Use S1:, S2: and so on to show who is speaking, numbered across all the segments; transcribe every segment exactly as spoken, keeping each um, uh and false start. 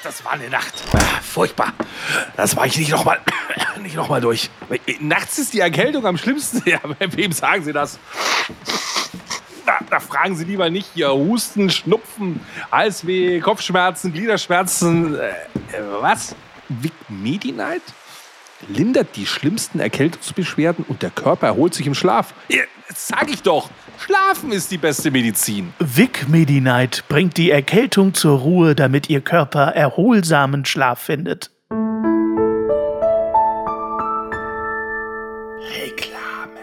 S1: das war eine Nacht. Ach, furchtbar. Das war ich nicht nochmal nicht noch mal durch. Nachts ist die Erkältung am schlimmsten. Ja, wem sagen Sie das? Da, da fragen Sie lieber nicht hier Husten, Schnupfen, Halsweh, Kopfschmerzen, Gliederschmerzen. Äh, was? Vic Medi-Night? Lindert die schlimmsten Erkältungsbeschwerden und der Körper erholt sich im Schlaf. Ja, das sag ich doch. Schlafen ist die beste Medizin.
S2: Vic Medi-Night bringt die Erkältung zur Ruhe, damit Ihr Körper erholsamen Schlaf findet.
S1: Reklame.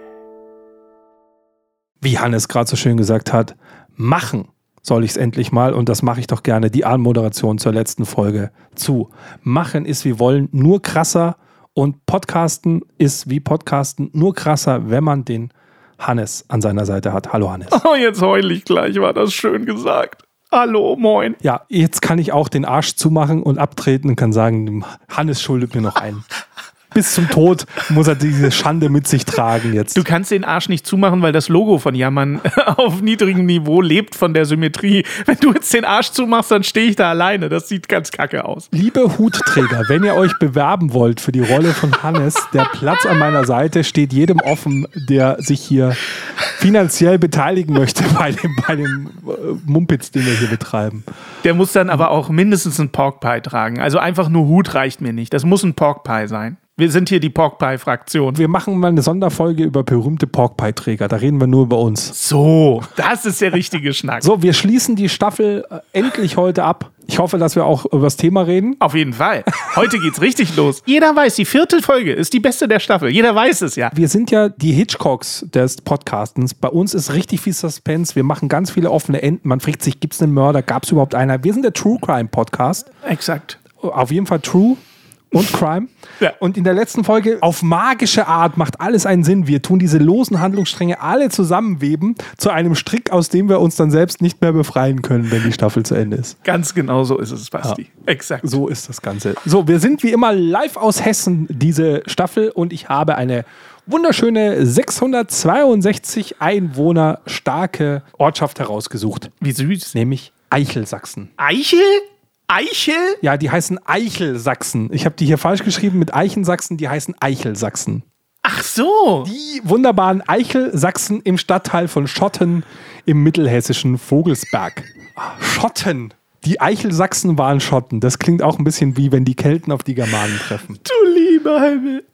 S1: Wie Hannes gerade so schön gesagt hat, machen soll ich es endlich mal, und das mache ich doch gerne, die Anmoderation zur letzten Folge zu. Machen ist wie wollen, nur krasser, und Podcasten ist wie Podcasten, nur krasser, wenn man den Hannes an seiner Seite hat. Hallo Hannes.
S2: Oh, jetzt heul ich gleich, war das schön gesagt. Hallo, moin.
S1: Ja, jetzt kann ich auch den Arsch zumachen und abtreten und kann sagen, Hannes schuldet mir noch einen. Bis zum Tod muss er diese Schande mit sich tragen jetzt.
S2: Du kannst den Arsch nicht zumachen, weil das Logo von Jammern auf niedrigem Niveau lebt von der Symmetrie. Wenn du jetzt den Arsch zumachst, dann stehe ich da alleine. Das sieht ganz kacke aus.
S1: Liebe Hutträger, wenn ihr euch bewerben wollt für die Rolle von Hannes, der Platz an meiner Seite steht jedem offen, der sich hier finanziell beteiligen möchte bei dem, bei dem Mumpitz, den wir hier betreiben.
S2: Der muss dann aber auch mindestens einen Porkpie tragen. Also einfach nur Hut reicht mir nicht. Das muss ein Porkpie sein. Wir sind hier die Porkpie-Fraktion.
S1: Wir machen mal eine Sonderfolge über berühmte Porkpie-Träger. Da reden wir nur über uns.
S2: So, das ist der richtige Schnack.
S1: So, wir schließen die Staffel äh, endlich heute ab. Ich hoffe, dass wir auch über das Thema reden.
S2: Auf jeden Fall. Heute geht's richtig los. Jeder weiß, die vierte Folge ist die beste der Staffel. Jeder weiß es ja.
S1: Wir sind ja die Hitchcocks des Podcastens. Bei uns ist richtig viel Suspense. Wir machen ganz viele offene Enden. Man fragt sich, gibt es einen Mörder? Gab es überhaupt einen? Wir sind der True Crime Podcast.
S2: Exakt.
S1: Auf jeden Fall True und Crime. Ja. Und in der letzten Folge, auf magische Art, macht alles einen Sinn. Wir tun diese losen Handlungsstränge alle zusammenweben zu einem Strick, aus dem wir uns dann selbst nicht mehr befreien können, wenn die Staffel zu Ende ist.
S2: Ganz genau so ist es, Basti. Ja. Exakt.
S1: So ist das Ganze. So, wir sind wie immer live aus Hessen, diese Staffel, und ich habe eine wunderschöne sechshundertzweiundsechzig Einwohner starke Ortschaft herausgesucht.
S2: Wie süß.
S1: Nämlich Eichelsachsen.
S2: Eichel? Eichel?
S1: Ja, die heißen Eichelsachsen. Ich habe die hier falsch geschrieben mit Eichensachsen, die heißen Eichelsachsen.
S2: Ach so.
S1: Die wunderbaren Eichelsachsen im Stadtteil von Schotten im mittelhessischen Vogelsberg. Schotten. Die Eichelsachsen waren Schotten. Das klingt auch ein bisschen wie, wenn die Kelten auf die Germanen treffen.
S2: Du lieber Himmel.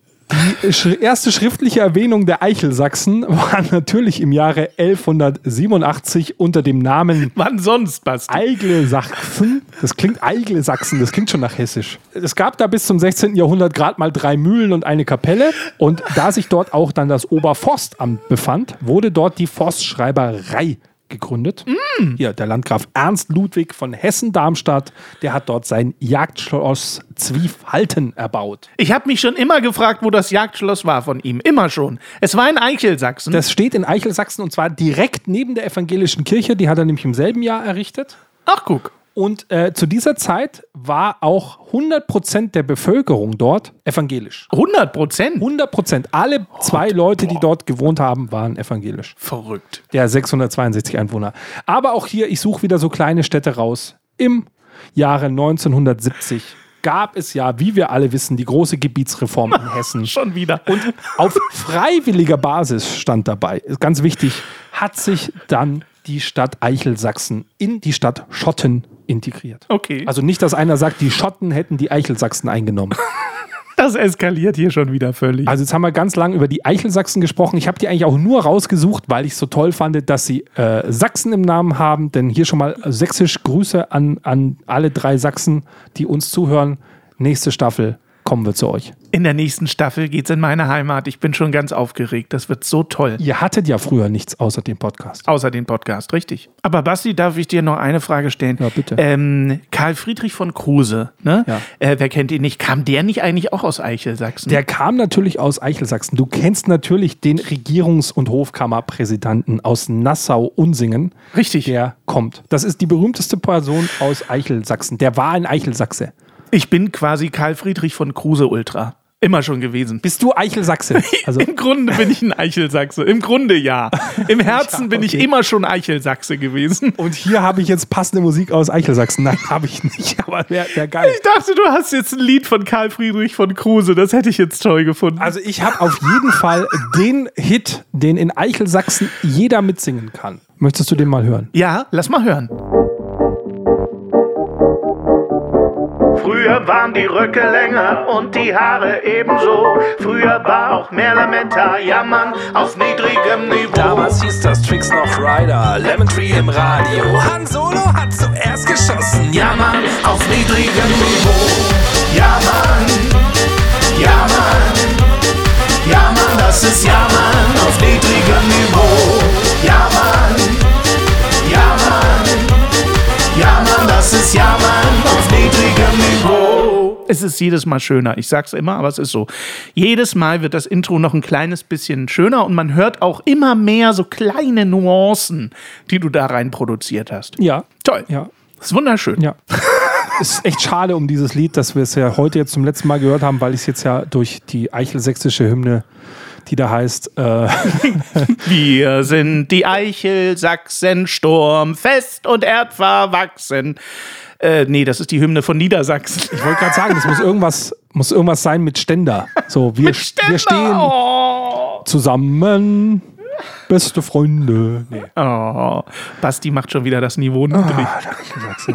S1: Die erste schriftliche Erwähnung der Eichelsachsen war natürlich im Jahre elfhundertsiebenundachtzig unter dem Namen
S2: Wann sonst, Basti?
S1: Eiglesachsen. Das klingt Eiglesachsen, das klingt schon nach Hessisch. Es gab da bis zum sechzehnten Jahrhundert gerade mal drei Mühlen und eine Kapelle. Und da sich dort auch dann das Oberforstamt befand, wurde dort die Forstschreiberei gegründet. Mm. Hier, der Landgraf Ernst Ludwig von Hessen-Darmstadt, der hat dort sein Jagdschloss Zwiefalten erbaut.
S2: Ich habe mich schon immer gefragt, wo das Jagdschloss war von ihm. Immer schon. Es war in Eichelsachsen.
S1: Das steht in Eichelsachsen, und zwar direkt neben der evangelischen Kirche. Die hat er nämlich im selben Jahr errichtet.
S2: Ach, guck.
S1: Und äh, zu dieser Zeit war auch hundert Prozent der Bevölkerung dort evangelisch.
S2: hundert Prozent?
S1: hundert Prozent. Alle zwei Leute, die dort gewohnt haben, waren evangelisch.
S2: Verrückt.
S1: Der sechshundertzweiundsechzig Einwohner. Aber auch hier, ich suche wieder so kleine Städte raus. Im Jahre neunzehnhundertsiebzig gab es ja, wie wir alle wissen, die große Gebietsreform in Hessen.
S2: Schon wieder.
S1: Und auf freiwilliger Basis stand dabei, ist ganz wichtig, hat sich dann die Stadt Eichelsachsen in die Stadt Schotten integriert.
S2: Okay.
S1: Also nicht, dass einer sagt, die Schotten hätten die Eichelsachsen eingenommen.
S2: Das eskaliert hier schon wieder völlig.
S1: Also jetzt haben wir ganz lang über die Eichelsachsen gesprochen. Ich habe die eigentlich auch nur rausgesucht, weil ich es so toll fand, dass sie äh, Sachsen im Namen haben. Denn hier schon mal sächsisch Grüße an, an alle drei Sachsen, die uns zuhören. Nächste Staffel kommen wir zu euch.
S2: In der nächsten Staffel geht's in meine Heimat. Ich bin schon ganz aufgeregt. Das wird so toll.
S1: Ihr hattet ja früher nichts außer dem Podcast.
S2: Außer den Podcast, richtig. Aber Basti, darf ich dir noch eine Frage stellen?
S1: Ja, bitte.
S2: Ähm, Karl Friedrich von Kruse, ne?
S1: Ja.
S2: Äh, wer kennt ihn nicht? Kam der nicht eigentlich auch aus Eichelsachsen?
S1: Der kam natürlich aus Eichelsachsen. Du kennst natürlich den Regierungs- und Hofkammerpräsidenten aus Nassau-Unsingen.
S2: Richtig.
S1: Der kommt. Das ist die berühmteste Person aus Eichelsachsen. Der war ein Eichelsachse.
S2: Ich bin quasi Karl Friedrich von Kruse Ultra. Immer schon gewesen.
S3: Bist du Eichelsachse? Also
S2: Im Grunde bin ich ein Eichelsachse. Im Grunde ja. Im Herzen
S3: Ja,
S2: bin ich
S3: okay.
S2: immer schon Eichelsachse gewesen.
S3: und hier habe ich jetzt passende Musik aus Eichelsachsen. Nein, habe ich nicht, aber wäre wär geil.
S2: Ich dachte, du hast jetzt ein Lied von Karl Friedrich von Kruse. Das hätte ich jetzt toll gefunden.
S3: Also ich habe auf jeden Fall den Hit, den in Eichelsachsen jeder mitsingen kann. Möchtest du den mal hören?
S2: Ja, lass mal hören. Früher waren die Röcke länger und die Haare ebenso. Früher war auch mehr Lametta, jammern auf niedrigem Niveau.
S1: Damals hieß das Tricks noch Rider, Lemon Tree im Radio. Han Solo hat zuerst geschossen,
S2: Jammern auf niedrigem Niveau. Ja, Mann, ja, Mann, ja, Mann, das ist Jammern auf niedrigem Niveau. Ja, Mann, ja, Mann, ja, Mann, das ist Jammern auf niedrigem Niveau. Es ist jedes Mal schöner. Ich sag's immer, aber es ist so. Jedes Mal wird das Intro noch ein kleines bisschen schöner und man hört auch immer mehr so kleine Nuancen, die du da rein produziert hast.
S3: Ja.
S2: Toll.
S3: Ja.
S2: Das ist wunderschön.
S3: Ja. Es ist echt schade um dieses Lied, dass wir es ja heute jetzt zum letzten Mal gehört haben, weil ich es jetzt ja durch die eichelsächsische Hymne, die da heißt, äh,
S2: Wir sind die Eichelsachsen, sturmfest und erdverwachsen. Äh, nee, das ist die Hymne von Niedersachsen.
S3: ich wollte gerade sagen, das muss irgendwas, muss irgendwas sein mit Ständer. So, wir, wir stehen
S2: Oh.
S3: zusammen, beste Freunde. Nee.
S2: Oh. Basti macht schon wieder das Niveau niedrig.
S3: Ah, der Eichelsachse.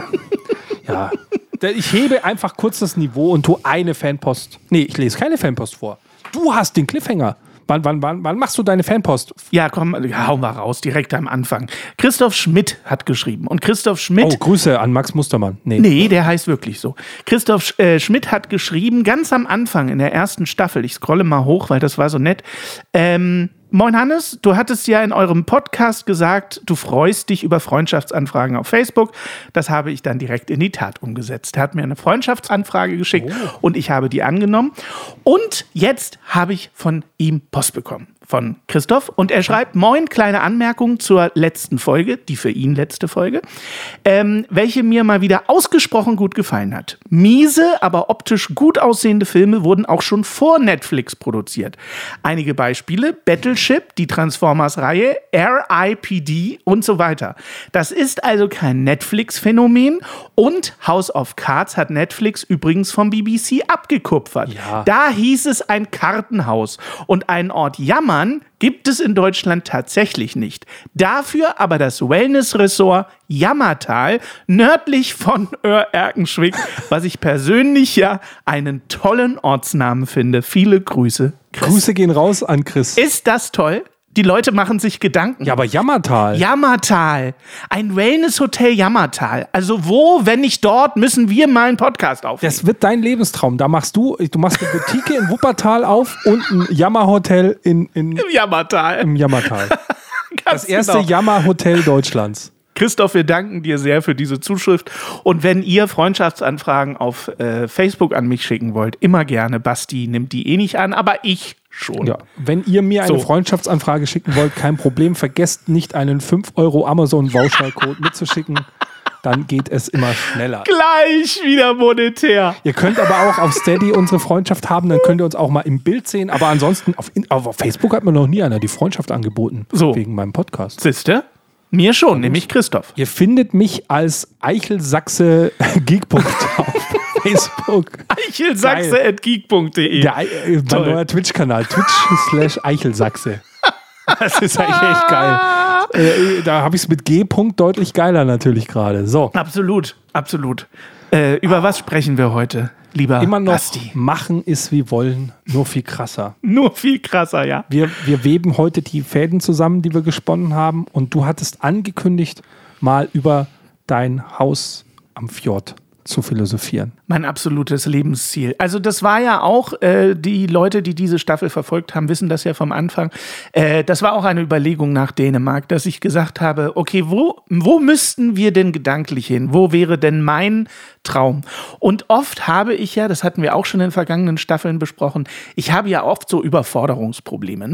S3: Ja. Ich hebe einfach kurz das Niveau und tu eine Fanpost. Nee, ich lese keine Fanpost vor. Du hast den Cliffhanger. Wann, wann, wann, wann machst du deine Fanpost?
S2: Ja, komm, ja, hau mal raus, direkt am Anfang. Christoph Schmidt hat geschrieben. Und Christoph Schmidt.
S3: Oh, Grüße an Max Mustermann. Nee.
S2: Nee, der heißt wirklich so. Christoph äh, Schmidt hat geschrieben, ganz am Anfang in der ersten Staffel, ich scrolle mal hoch, weil das war so nett. Ähm, Moin Hannes, du hattest ja in eurem Podcast gesagt, du freust dich über Freundschaftsanfragen auf Facebook. Das habe ich dann direkt in die Tat umgesetzt. Er hat mir eine Freundschaftsanfrage geschickt
S3: Oh.
S2: und ich habe die angenommen. Und jetzt habe ich von ihm Post bekommen. Von Christoph. Und er schreibt, moin, kleine Anmerkung zur letzten Folge, die für ihn letzte Folge, ähm, welche mir mal wieder ausgesprochen gut gefallen hat. Miese, aber optisch gut aussehende Filme wurden auch schon vor Netflix produziert. Einige Beispiele, Battleship, die Transformers-Reihe, R I P D und so weiter. Das ist also kein Netflix-Phänomen und House of Cards hat Netflix übrigens vom B B C abgekupfert.
S3: Ja.
S2: Da hieß es ein Kartenhaus und einen Ort Jammern gibt es in Deutschland tatsächlich nicht. Dafür aber das Wellness-Ressort Jammertal nördlich von Oer-Erkenschwick, was ich persönlich ja einen tollen Ortsnamen finde. Viele Grüße, Chris.
S3: Grüße gehen raus an Chris.
S2: Ist das toll? Die Leute machen sich Gedanken.
S3: Ja, aber Jammertal.
S2: Jammertal. Ein Wellness-Hotel Jammertal. Also wo, wenn nicht dort, müssen wir mal einen Podcast aufnehmen.
S3: Das wird dein Lebenstraum. Da machst du, du machst eine Boutique in Wuppertal auf und ein Jammerhotel in, in,
S2: Im Jammertal.
S3: im Jammertal. Das
S2: Ganz
S3: erste
S2: genau.
S3: Jammerhotel Deutschlands.
S2: Christoph, wir danken dir sehr für diese Zuschrift. Und wenn ihr Freundschaftsanfragen auf äh, Facebook an mich schicken wollt, immer gerne. Basti nimmt die eh nicht an, aber ich schon.
S3: Ja. Wenn ihr mir eine
S2: So.
S3: Freundschaftsanfrage schicken wollt, kein Problem. Vergesst nicht, einen fünf Euro Amazon-Voucher-Code mitzuschicken. Dann geht es immer schneller.
S2: Gleich wieder monetär.
S3: Ihr könnt aber auch auf Steady unsere Freundschaft haben, dann könnt ihr uns auch mal im Bild sehen. Aber ansonsten, auf, auf Facebook hat mir noch nie einer die Freundschaft angeboten.
S2: So.
S3: Wegen meinem Podcast.
S2: Siehste? Mir schon, nämlich Christoph.
S3: Ihr findet mich als Eichelsachse Geek-Punkt auf Facebook.
S2: eichelsachse at geek punkt de.
S3: Der, äh, mein
S2: Toll.
S3: neuer Twitch-Kanal. Twitch slash Eichelsachse. Das ist eigentlich echt geil. Äh, da habe ich es mit G. -Punkt deutlich geiler natürlich gerade. So.
S2: Absolut, absolut. Äh, über was sprechen wir heute, lieber
S3: Immer noch
S2: Basti?
S3: machen ist wie wollen, nur viel krasser.
S2: Nur viel krasser, ja.
S3: Wir, wir weben heute die Fäden zusammen, die wir gesponnen haben. Und du hattest angekündigt, mal über dein Haus am Fjord zu philosophieren.
S2: Mein absolutes Lebensziel. Also das war ja auch, äh, die Leute, die diese Staffel verfolgt haben, wissen das ja vom Anfang. Äh, das war auch eine Überlegung nach Dänemark, dass ich gesagt habe, okay, wo, wo müssten wir denn gedanklich hin? Wo wäre denn mein Traum? Und oft habe ich ja, das hatten wir auch schon in vergangenen Staffeln besprochen, ich habe ja oft so Überforderungsprobleme, ne?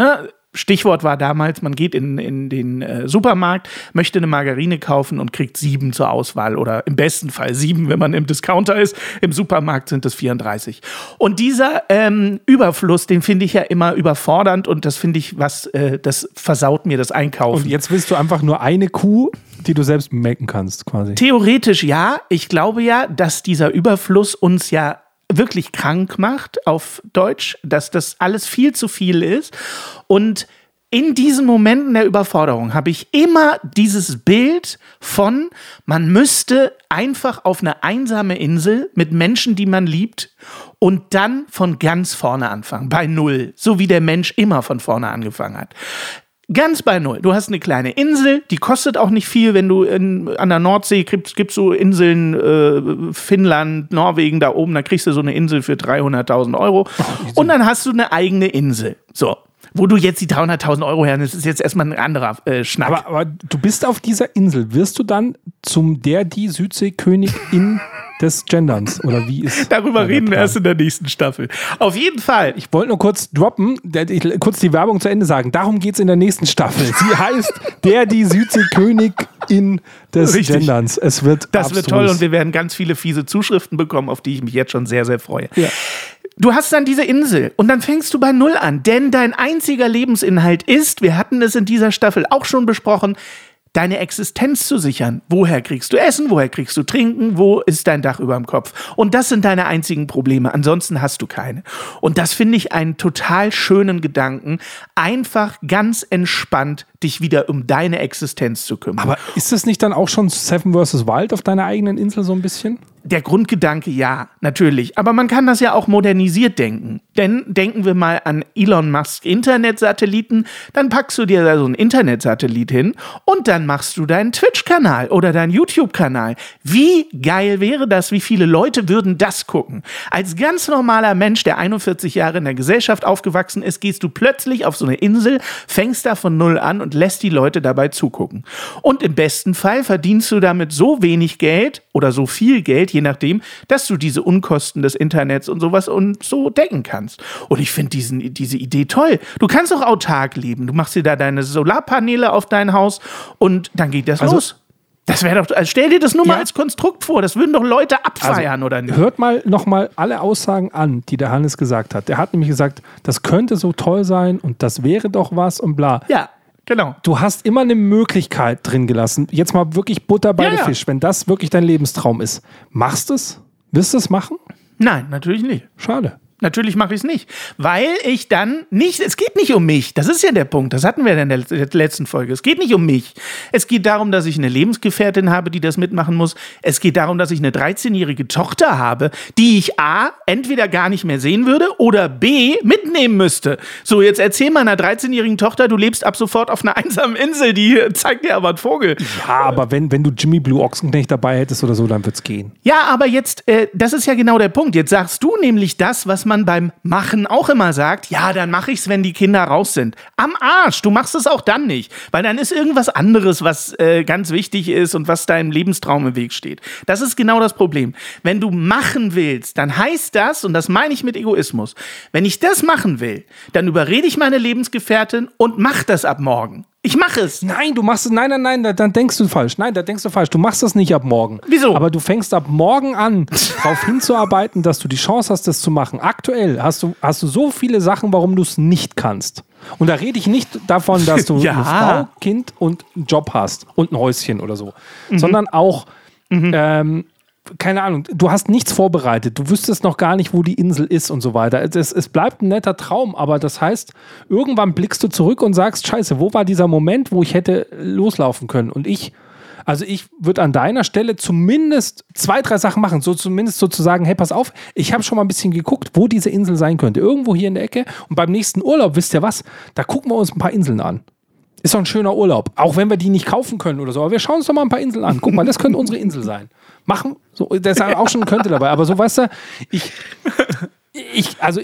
S2: Stichwort war damals, man geht in, in den äh, Supermarkt, möchte eine Margarine kaufen und kriegt sieben zur Auswahl oder im besten Fall sieben, wenn man im Discounter ist. Im Supermarkt sind es vierunddreißig. Und dieser ähm, Überfluss, den finde ich ja immer überfordernd und das finde ich, was äh, das versaut mir das Einkaufen.
S3: Und jetzt willst du einfach nur eine Kuh, die du selbst melken kannst, quasi.
S2: Theoretisch ja. Ich glaube ja, dass dieser Überfluss uns ja wirklich krank macht, auf Deutsch, dass das alles viel zu viel ist. Und in diesen Momenten der Überforderung habe ich immer dieses Bild von, man müsste einfach auf eine einsame Insel mit Menschen, die man liebt, und dann von ganz vorne anfangen, bei Null, so wie der Mensch immer von vorne angefangen hat. Ganz bei Null. Du hast eine kleine Insel, die kostet auch nicht viel, wenn du in, an der Nordsee gibt es so Inseln, äh, Finnland, Norwegen, da oben, da kriegst du so eine Insel für dreihunderttausend Euro. Oh, und dann hast du eine eigene Insel. So. Wo du jetzt die dreihunderttausend Euro her, das ist jetzt erstmal ein anderer äh, Schnack.
S3: Aber, aber du bist auf dieser Insel. Wirst du dann zum der, die Südseekönigin des Genderns? Oder wie ist
S2: Darüber reden wir erst in der nächsten Staffel. Auf jeden Fall.
S3: Ich wollte nur kurz droppen, der, ich, kurz die Werbung zu Ende sagen. Darum geht es in der nächsten Staffel. Sie heißt der, die Südseekönigin des
S2: Richtig.
S3: Genderns. Es wird
S2: Das
S3: abstrus.
S2: wird toll und wir werden ganz viele fiese Zuschriften bekommen, auf die ich mich jetzt schon sehr, sehr freue.
S3: Ja.
S2: Du hast dann diese Insel und dann fängst du bei Null an, denn dein einziger Lebensinhalt ist, wir hatten es in dieser Staffel auch schon besprochen, deine Existenz zu sichern. Woher kriegst du Essen, woher kriegst du Trinken, wo ist dein Dach über dem Kopf? Und das sind deine einzigen Probleme, ansonsten hast du keine. Und das finde ich einen total schönen Gedanken, einfach ganz entspannt dich wieder um deine Existenz zu kümmern.
S3: Aber ist das nicht dann auch schon Seven versus. Wild auf deiner eigenen Insel so ein bisschen?
S2: Der Grundgedanke, ja, natürlich. Aber man kann das ja auch modernisiert denken. Denn denken wir mal an Elon Musk Internetsatelliten, dann packst du dir da so einen Internetsatellit hin und dann machst du deinen Twitch-Kanal oder deinen YouTube-Kanal. Wie geil wäre das? Wie viele Leute würden das gucken? Als ganz normaler Mensch, der einundvierzig Jahre in der Gesellschaft aufgewachsen ist, gehst du plötzlich auf so eine Insel, fängst da von Null an und lässt die Leute dabei zugucken. Und im besten Fall verdienst du damit so wenig Geld oder so viel Geld, je nachdem, dass du diese Unkosten des Internets und sowas und so decken kannst. Und ich finde diesen diese Idee toll. Du kannst auch autark leben. Du machst dir da deine Solarpaneele auf dein Haus und dann geht das
S3: also,
S2: los. Das wäre doch, also stell dir das nur
S3: ja.
S2: mal als Konstrukt vor. Das würden doch Leute abfeiern,
S3: also,
S2: oder nicht?
S3: Hört mal nochmal alle Aussagen an, die der Hannes gesagt hat. Der hat nämlich gesagt, das könnte so toll sein und das wäre doch was und bla.
S2: Ja. Genau.
S3: Du hast immer eine Möglichkeit drin gelassen. Jetzt mal wirklich Butter bei
S2: Ja,
S3: der
S2: ja.
S3: Fisch, wenn das wirklich dein Lebenstraum ist. Machst du es? Wirst du es machen?
S2: Nein, natürlich nicht.
S3: Schade.
S2: Natürlich mache ich es nicht, weil ich dann nicht, es geht nicht um mich, das ist ja der Punkt, das hatten wir in der letzten Folge, es geht nicht um mich, es geht darum, dass ich eine Lebensgefährtin habe, die das mitmachen muss, es geht darum, dass ich eine dreizehnjährige Tochter habe, die ich A, entweder gar nicht mehr sehen würde oder B, mitnehmen müsste. So, jetzt erzähl meiner dreizehnjährigen Tochter, du lebst ab sofort auf einer einsamen Insel, die zeigt dir aber einen Vogel.
S3: Ja, aber wenn, wenn du Jimmy Blue Ochsenknecht dabei hättest oder so, dann wird's gehen.
S2: Ja, aber jetzt, äh, das ist ja genau der Punkt, jetzt sagst du nämlich das, was man beim Machen auch immer sagt, ja, dann mache ich's, wenn die Kinder raus sind. Am Arsch, du machst es auch dann nicht, weil dann ist irgendwas anderes, was äh, ganz wichtig ist und was deinem Lebenstraum im Weg steht. Das ist genau das Problem. Wenn du machen willst, dann heißt das, und das meine ich mit Egoismus, wenn ich das machen will, dann überrede ich meine Lebensgefährtin und mach das ab morgen. Ich mache es.
S3: Nein, du machst es, nein, nein, nein, da, dann denkst du falsch. Nein, da denkst du falsch. Du machst das nicht ab morgen.
S2: Wieso?
S3: Aber du fängst ab morgen an, darauf hinzuarbeiten, dass du die Chance hast, das zu machen. Aktuell hast du, hast du so viele Sachen, warum du es nicht kannst. Und da rede ich nicht davon, dass du
S2: Ja.
S3: eine Frau, Kind und einen Job hast und ein Häuschen oder so,
S2: Mhm.
S3: sondern auch, mhm. ähm, keine Ahnung, du hast nichts vorbereitet, du wüsstest noch gar nicht, wo die Insel ist und so weiter. Es, es bleibt ein netter Traum, aber das heißt, irgendwann blickst du zurück und sagst, scheiße, wo war dieser Moment, wo ich hätte loslaufen können? Und ich, also ich würde an deiner Stelle zumindest zwei, drei Sachen machen, so zumindest sozusagen, hey, pass auf, ich habe schon mal ein bisschen geguckt, wo diese Insel sein könnte. Irgendwo hier in der Ecke und beim nächsten Urlaub, wisst ihr was, da gucken wir uns ein paar Inseln an. Ist doch ein schöner Urlaub, auch wenn wir die nicht kaufen können oder so, aber wir schauen uns doch mal ein paar Inseln an. Guck mal, das könnte unsere Insel sein. Machen, so, das ist auch schon ein könnte dabei, aber so, weißt du, ich, ich also ich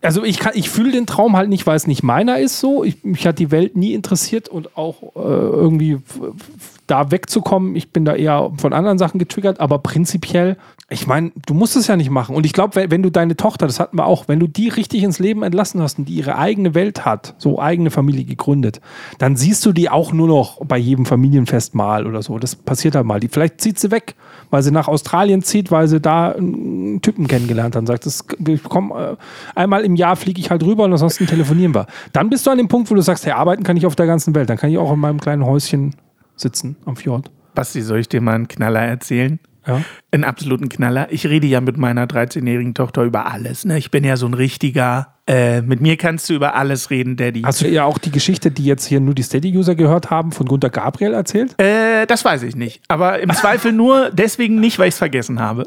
S3: also ich kann, ich fühle den Traum halt nicht, weil es nicht meiner ist so. Ich, mich hat die Welt nie interessiert und auch äh, irgendwie f- f- da wegzukommen. Ich bin da eher von anderen Sachen getriggert, aber prinzipiell, ich meine, du musst es ja nicht machen. Und ich glaube, wenn, wenn du deine Tochter, das hatten wir auch, wenn du die richtig ins Leben entlassen hast und die ihre eigene Welt hat, so eigene Familie gegründet, dann siehst du die auch nur noch bei jedem Familienfest mal oder so. Das passiert halt mal. Die, vielleicht zieht sie weg, weil sie nach Australien zieht, weil sie da einen Typen kennengelernt hat und sagt, das, ich komm, äh, einmal im Jahr fliege ich halt rüber und ansonsten telefonieren wir. Dann bist du an dem Punkt, wo du sagst, hey, arbeiten kann ich auf der ganzen Welt. Dann kann ich auch in meinem kleinen Häuschen sitzen am Fjord.
S2: Basti, soll ich dir mal einen Knaller erzählen?
S3: Ja.
S2: Einen absoluten Knaller. Ich rede ja mit meiner dreizehnjährigen Tochter über alles. Ne? Ich bin ja so ein richtiger, äh, mit mir kannst du über alles reden, Daddy.
S3: Hast du ja auch die Geschichte, die jetzt hier nur die Steady-User gehört haben, von Gunter Gabriel erzählt?
S2: Äh, das weiß ich nicht. Aber im Zweifel nur deswegen nicht, weil ich es vergessen habe.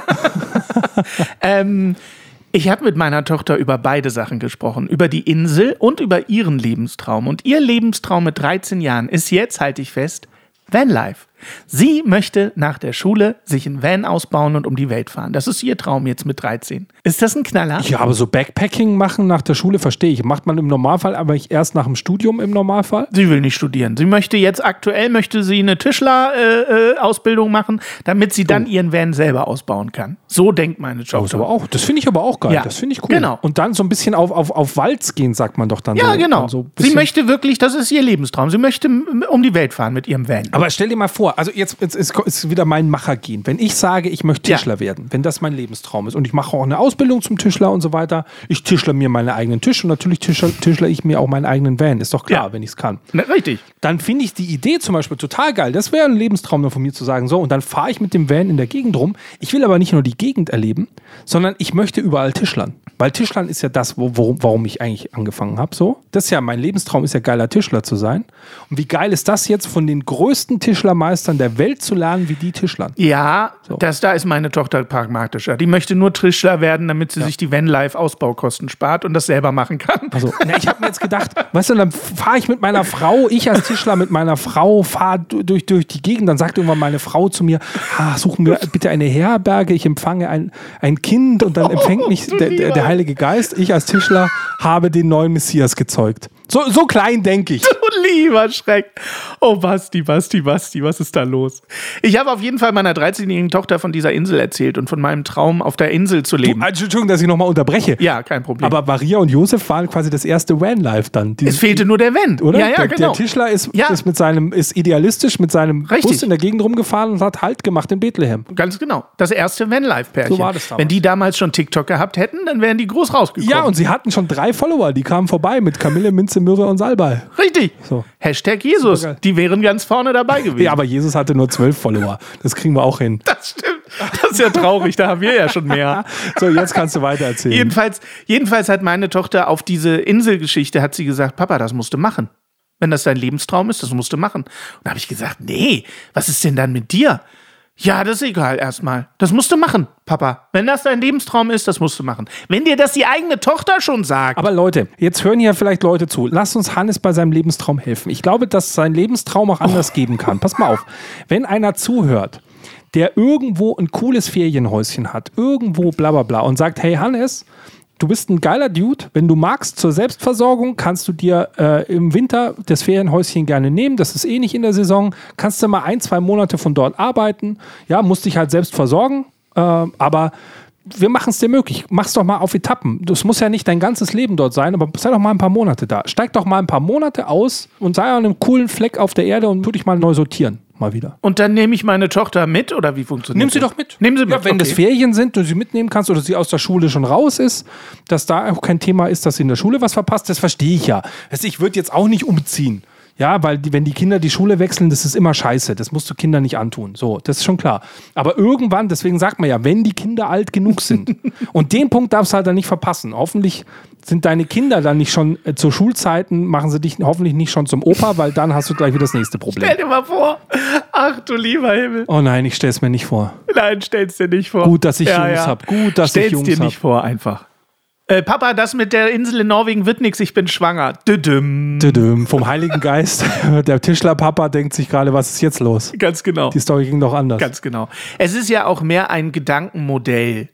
S2: ähm, ich habe mit meiner Tochter über beide Sachen gesprochen. Über die Insel und über ihren Lebenstraum. Und ihr Lebenstraum mit dreizehn Jahren ist jetzt, halte ich fest, Vanlife. Sie möchte nach der Schule sich ein Van ausbauen und um die Welt fahren. Das ist ihr Traum jetzt mit dreizehn. Ist das ein Knaller?
S3: Ja, aber so Backpacking machen nach der Schule verstehe ich. Macht man im Normalfall, aber ich erst nach dem Studium im Normalfall?
S2: Sie will nicht studieren. Sie möchte jetzt aktuell möchte sie eine Tischler-Ausbildung äh, äh, machen, damit sie dann ihren Van selber ausbauen kann. So denkt meine Tochter.
S3: Das, aber auch, das finde ich aber auch geil.
S2: Ja,
S3: das finde ich cool.
S2: genau.
S3: Und dann so ein bisschen auf, auf, auf Walz gehen, sagt man doch dann.
S2: Ja,
S3: so,
S2: genau.
S3: dann so ein
S2: Sie
S3: bisschen-
S2: möchte wirklich, das ist ihr Lebenstraum. Sie möchte m- um die Welt fahren mit ihrem Van.
S3: Aber stell dir mal vor, also jetzt, jetzt ist, ist wieder mein Machergehen. Wenn ich sage, ich möchte
S2: Ja.
S3: Tischler werden, wenn das mein Lebenstraum ist und ich mache auch eine Ausbildung zum Tischler und so weiter, ich tischler mir meinen eigenen Tisch und natürlich tischler, tischler ich mir auch meinen eigenen Van. Ist doch klar,
S2: Ja.
S3: wenn ich es kann.
S2: Na, richtig.
S3: Dann finde ich die Idee zum Beispiel total geil. Das wäre ein Lebenstraum dann von mir zu sagen, so, und dann fahre ich mit dem Van in der Gegend rum. Ich will aber nicht nur die Gegend erleben, sondern ich möchte überall Tischlern. Weil Tischlern ist ja das, wo, wo, warum ich eigentlich angefangen habe. So. Das ist ja, mein Lebenstraum ist ja geiler Tischler zu sein. Und wie geil ist das jetzt, von den größten Tischlermeistern der Welt zu lernen, wie die Tischlern?
S2: Ja,
S3: So.
S2: das, da ist meine Tochter pragmatischer. Die möchte nur Tischler werden, damit sie sich die Vanlife-Ausbaukosten spart und das selber machen kann.
S3: Also, na, ich habe mir jetzt gedacht, weißt du, dann fahre ich mit meiner Frau, ich als Tischler mit meiner Frau, fahre durch, durch die Gegend, dann sagt irgendwann meine Frau zu mir, ah, suchen wir bitte eine Herberge, ich empfange ein, ein Kind und dann empfängt mich der, der, der Heilige Geist. Ich als Tischler habe den neuen Messias gezeugt. So, so klein denke ich.
S2: Du lieber Schreck. Oh, Basti, Basti, Basti, was ist da los? Ich habe auf jeden Fall meiner dreizehnjährigen Tochter von dieser Insel erzählt und von meinem Traum, auf der Insel zu leben.
S3: Entschuldigung, dass ich nochmal unterbreche.
S2: Ja, kein Problem.
S3: Aber Maria und Josef waren quasi das erste Vanlife dann. Die,
S2: es fehlte nur der Van.
S3: oder?
S2: Ja, ja,
S3: der,
S2: genau.
S3: der Tischler ist,
S2: Ja.
S3: ist mit seinem, ist idealistisch mit seinem
S2: Richtig.
S3: Bus in der Gegend rumgefahren und hat Halt gemacht in Bethlehem.
S2: Ganz genau. Das erste Vanlife-Pärchen.
S3: So war das damals.
S2: Wenn die damals schon TikTok gehabt hätten, dann wären die groß rausgekommen.
S3: Ja, und sie hatten schon drei Follower, die kamen vorbei mit Kamille, Minze, Myrrhe und Salbei.
S2: Richtig.
S3: So.
S2: Hashtag Jesus.
S3: Supergeil.
S2: Die wären ganz vorne dabei gewesen.
S3: Ja, aber Jesus hatte nur zwölf Follower. Das kriegen wir auch hin.
S2: Das stimmt. Das ist ja traurig. Da haben wir ja schon mehr.
S3: So, jetzt kannst du weiter erzählen.
S2: Jedenfalls, jedenfalls hat meine Tochter auf diese Inselgeschichte hat sie gesagt, Papa, das musst du machen. Wenn das dein Lebenstraum ist, das musst du machen. Und da habe ich gesagt, nee, was ist denn dann mit dir? Ja, das ist egal erstmal. Das musst du machen, Papa. Wenn das dein Lebenstraum ist, das musst du machen. Wenn dir das die eigene Tochter schon sagt.
S3: Aber Leute, jetzt hören hier vielleicht Leute zu. Lasst uns Hannes bei seinem Lebenstraum helfen. Ich glaube, dass es seinen Lebenstraum auch anders
S2: Oh.
S3: geben kann. Pass mal auf. Wenn einer zuhört, der irgendwo ein cooles Ferienhäuschen hat, irgendwo bla bla bla und sagt, hey Hannes, du bist ein geiler Dude. Wenn du magst, zur Selbstversorgung kannst du dir äh, im Winter das Ferienhäuschen gerne nehmen. Das ist eh nicht in der Saison. Kannst du mal ein, zwei Monate von dort arbeiten. Ja, musst dich halt selbst versorgen. Äh, aber wir machen es dir möglich. Mach's doch mal auf Etappen. Das muss ja nicht dein ganzes Leben dort sein, aber sei doch mal ein paar Monate da. Steig doch mal ein paar Monate aus und sei an einem coolen Fleck auf der Erde und tu dich mal neu sortieren. Mal wieder.
S2: Und dann nehme ich meine Tochter mit, oder wie funktioniert
S3: Nimm sie
S2: das?
S3: doch mit.
S2: Nehmen sie mit.
S3: Ja, wenn
S2: okay.
S3: das Ferien sind, du sie mitnehmen kannst oder sie aus der Schule schon raus ist, dass da auch kein Thema ist, dass sie in der Schule was verpasst, das verstehe ich ja. Also ich würde jetzt auch nicht umziehen. Ja, weil die, wenn die Kinder die Schule wechseln, das ist immer scheiße. Das musst du Kindern nicht antun. So, das ist schon klar. Aber irgendwann, deswegen sagt man ja, wenn die Kinder alt genug sind. Und den Punkt darfst du halt dann nicht verpassen. Hoffentlich sind deine Kinder dann nicht schon äh, zu Schulzeiten, machen sie dich hoffentlich nicht schon zum Opa, weil dann hast du gleich wieder das nächste Problem.
S2: Stell dir mal vor. Ach du lieber Himmel.
S3: Oh nein, ich stell's mir nicht vor.
S2: Nein, stell's dir nicht vor.
S3: Gut, dass ich Jungs hab. Gut, dass ich
S2: stell's
S3: Jungs
S2: dir
S3: hab.
S2: nicht vor, einfach. Äh, Papa, das mit der Insel in Norwegen wird nix, ich bin schwanger. Düdüm.
S3: Düdüm, vom Heiligen Geist. Der Tischlerpapa denkt sich gerade, was ist jetzt los?
S2: Ganz genau.
S3: Die Story ging doch anders.
S2: Ganz genau. Es ist ja auch mehr ein Gedankenmodell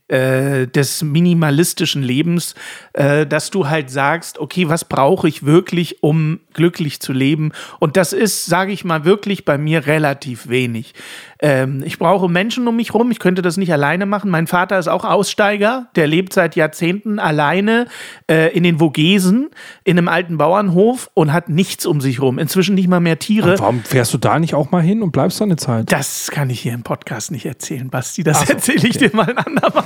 S2: äh, des minimalistischen Lebens, äh, dass du halt sagst, okay, was brauche ich wirklich, um glücklich zu leben? Und das ist, sage ich mal, wirklich bei mir relativ wenig. Ähm, ich brauche Menschen um mich rum, ich könnte das nicht alleine machen. Mein Vater ist auch Aussteiger, der lebt seit Jahrzehnten alleine äh, in den Vogesen, in einem alten Bauernhof und hat nichts um sich rum. Inzwischen nicht mal mehr Tiere.
S3: Und warum fährst du da nicht auch mal hin und bleibst da eine Zeit?
S2: Das kann ich hier im Podcast nicht erzählen, Basti. Das
S3: so,
S2: erzähle ich
S3: okay.
S2: dir mal ein andermal.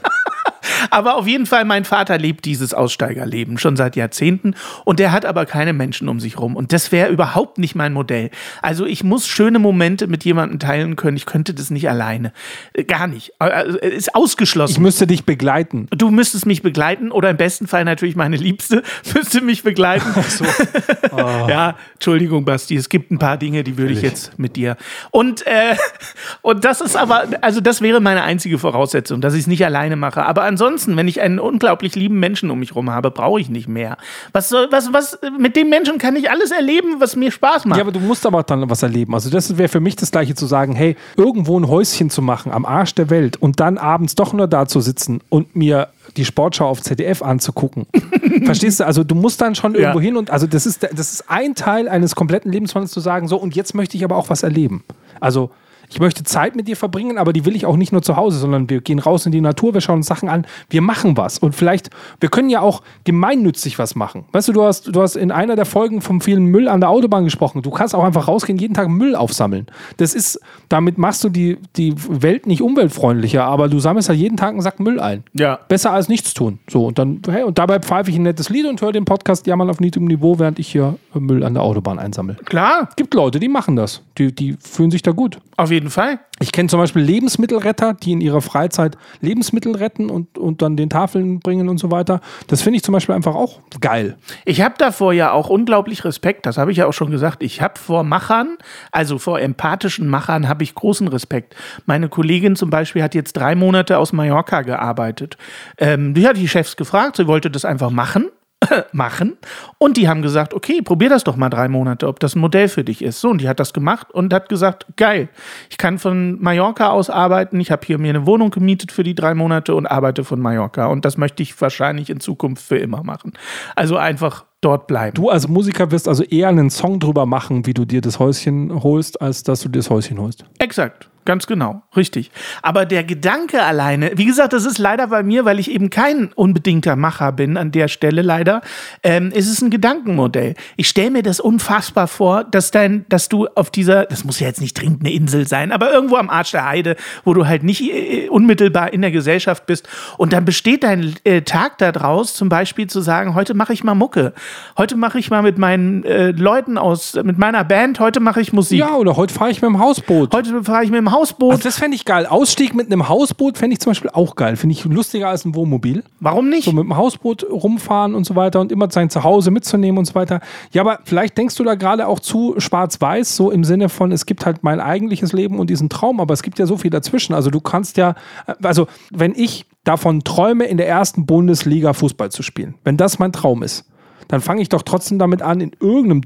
S2: Aber auf jeden Fall, mein Vater lebt dieses Aussteigerleben schon seit Jahrzehnten und der hat aber keine Menschen um sich rum. Und das wäre überhaupt nicht mein Modell. Also ich muss schöne Momente mit jemandem teilen können. Ich könnte das nicht alleine. Gar nicht. Also, ist ausgeschlossen.
S3: Ich müsste dich begleiten.
S2: Du müsstest mich begleiten oder im besten Fall natürlich meine Liebste müsste mich begleiten.
S3: Ach so. Oh.
S2: Ja, Entschuldigung, Basti, es gibt ein paar Dinge, die würde ich jetzt mit dir. Und, äh, und das ist aber, also das wäre meine einzige Voraussetzung, dass ich es nicht alleine mache. Aber ansonsten, wenn ich einen unglaublich lieben Menschen um mich rum habe, brauche ich nicht mehr. Was soll, was, was, mit dem Menschen kann ich alles erleben, was mir Spaß macht.
S3: Ja, aber du musst aber dann was erleben. Also das wäre für mich das Gleiche zu sagen, hey, irgendwo ein Häuschen zu machen am Arsch der Welt und dann abends doch nur da zu sitzen und mir die Sportschau auf Z D F anzugucken. Verstehst du? Also du musst dann schon irgendwo
S2: Ja.
S3: hin und also das ist, das ist ein Teil eines kompletten Lebenswandels zu sagen, so und jetzt möchte ich aber auch was erleben. Also ich möchte Zeit mit dir verbringen, aber die will ich auch nicht nur zu Hause, sondern wir gehen raus in die Natur, wir schauen uns Sachen an, wir machen was. Und vielleicht, wir können ja auch gemeinnützig was machen. Weißt du, du hast, du hast in einer der Folgen vom vielen Müll an der Autobahn gesprochen. Du kannst auch einfach rausgehen, jeden Tag Müll aufsammeln. Das ist, damit machst du die, die Welt nicht umweltfreundlicher, aber du sammelst halt jeden Tag einen Sack Müll ein.
S2: Ja.
S3: Besser als nichts tun. So, und dann, hey, und dabei pfeife ich ein nettes Lied und höre den Podcast Jammern auf niedrigem Niveau, während ich hier Müll an der Autobahn einsammle.
S2: Klar,
S3: Gibt Leute, die machen das. Die, die fühlen sich da gut.
S2: auf jeden Fall.
S3: Ich kenne zum Beispiel Lebensmittelretter, die in ihrer Freizeit Lebensmittel retten und, und dann den Tafeln bringen und so weiter. Das finde ich zum Beispiel einfach auch geil.
S2: Ich habe davor ja auch unglaublich Respekt, das habe ich ja auch schon gesagt. Ich habe vor Machern, also vor empathischen Machern, habe ich großen Respekt. Meine Kollegin zum Beispiel hat jetzt drei Monate aus Mallorca gearbeitet. Ähm, die hat die Chefs gefragt, sie wollte das einfach machen. machen und die haben gesagt, okay, probier das doch mal drei Monate, ob das ein Modell für dich ist. So, und die hat das gemacht und hat gesagt, geil, ich kann von Mallorca aus arbeiten, ich habe hier mir eine Wohnung gemietet für die drei Monate und arbeite von Mallorca und das möchte ich wahrscheinlich in Zukunft für immer machen. Also einfach dort bleiben.
S3: Du als Musiker wirst also eher einen Song drüber machen, wie du dir das Häuschen holst, als dass du dir das Häuschen holst.
S2: Exakt. Ganz genau, richtig. Aber der Gedanke alleine, wie gesagt, das ist leider bei mir, weil ich eben kein unbedingter Macher bin an der Stelle leider, ähm, ist es ein Gedankenmodell. Ich stelle mir das unfassbar vor, dass dein, dass du auf dieser, das muss ja jetzt nicht dringend eine Insel sein, aber irgendwo am Arsch der Heide, wo du halt nicht äh, unmittelbar in der Gesellschaft bist und dann besteht dein äh, Tag daraus, zum Beispiel zu sagen, heute mache ich mal Mucke, heute mache ich mal mit meinen äh, Leuten aus, mit meiner Band, heute mache ich Musik.
S3: Ja, oder heute fahre ich mit dem Hausboot.
S2: Heute fahre ich mit dem Hausboot.
S3: Also das fände ich geil. Ausstieg mit einem Hausboot fände ich zum Beispiel auch geil. Finde ich lustiger als ein Wohnmobil.
S2: Warum nicht?
S3: So mit dem Hausboot rumfahren und so weiter und immer sein Zuhause mitzunehmen und so weiter. Ja, aber vielleicht denkst du da gerade auch zu schwarz-weiß, so im Sinne von, es gibt halt mein eigentliches Leben und diesen Traum, aber es gibt ja so viel dazwischen. Also du kannst ja, also wenn ich davon träume, in der ersten Bundesliga Fußball zu spielen, wenn das mein Traum ist, dann fange ich doch trotzdem damit an, in irgendeinem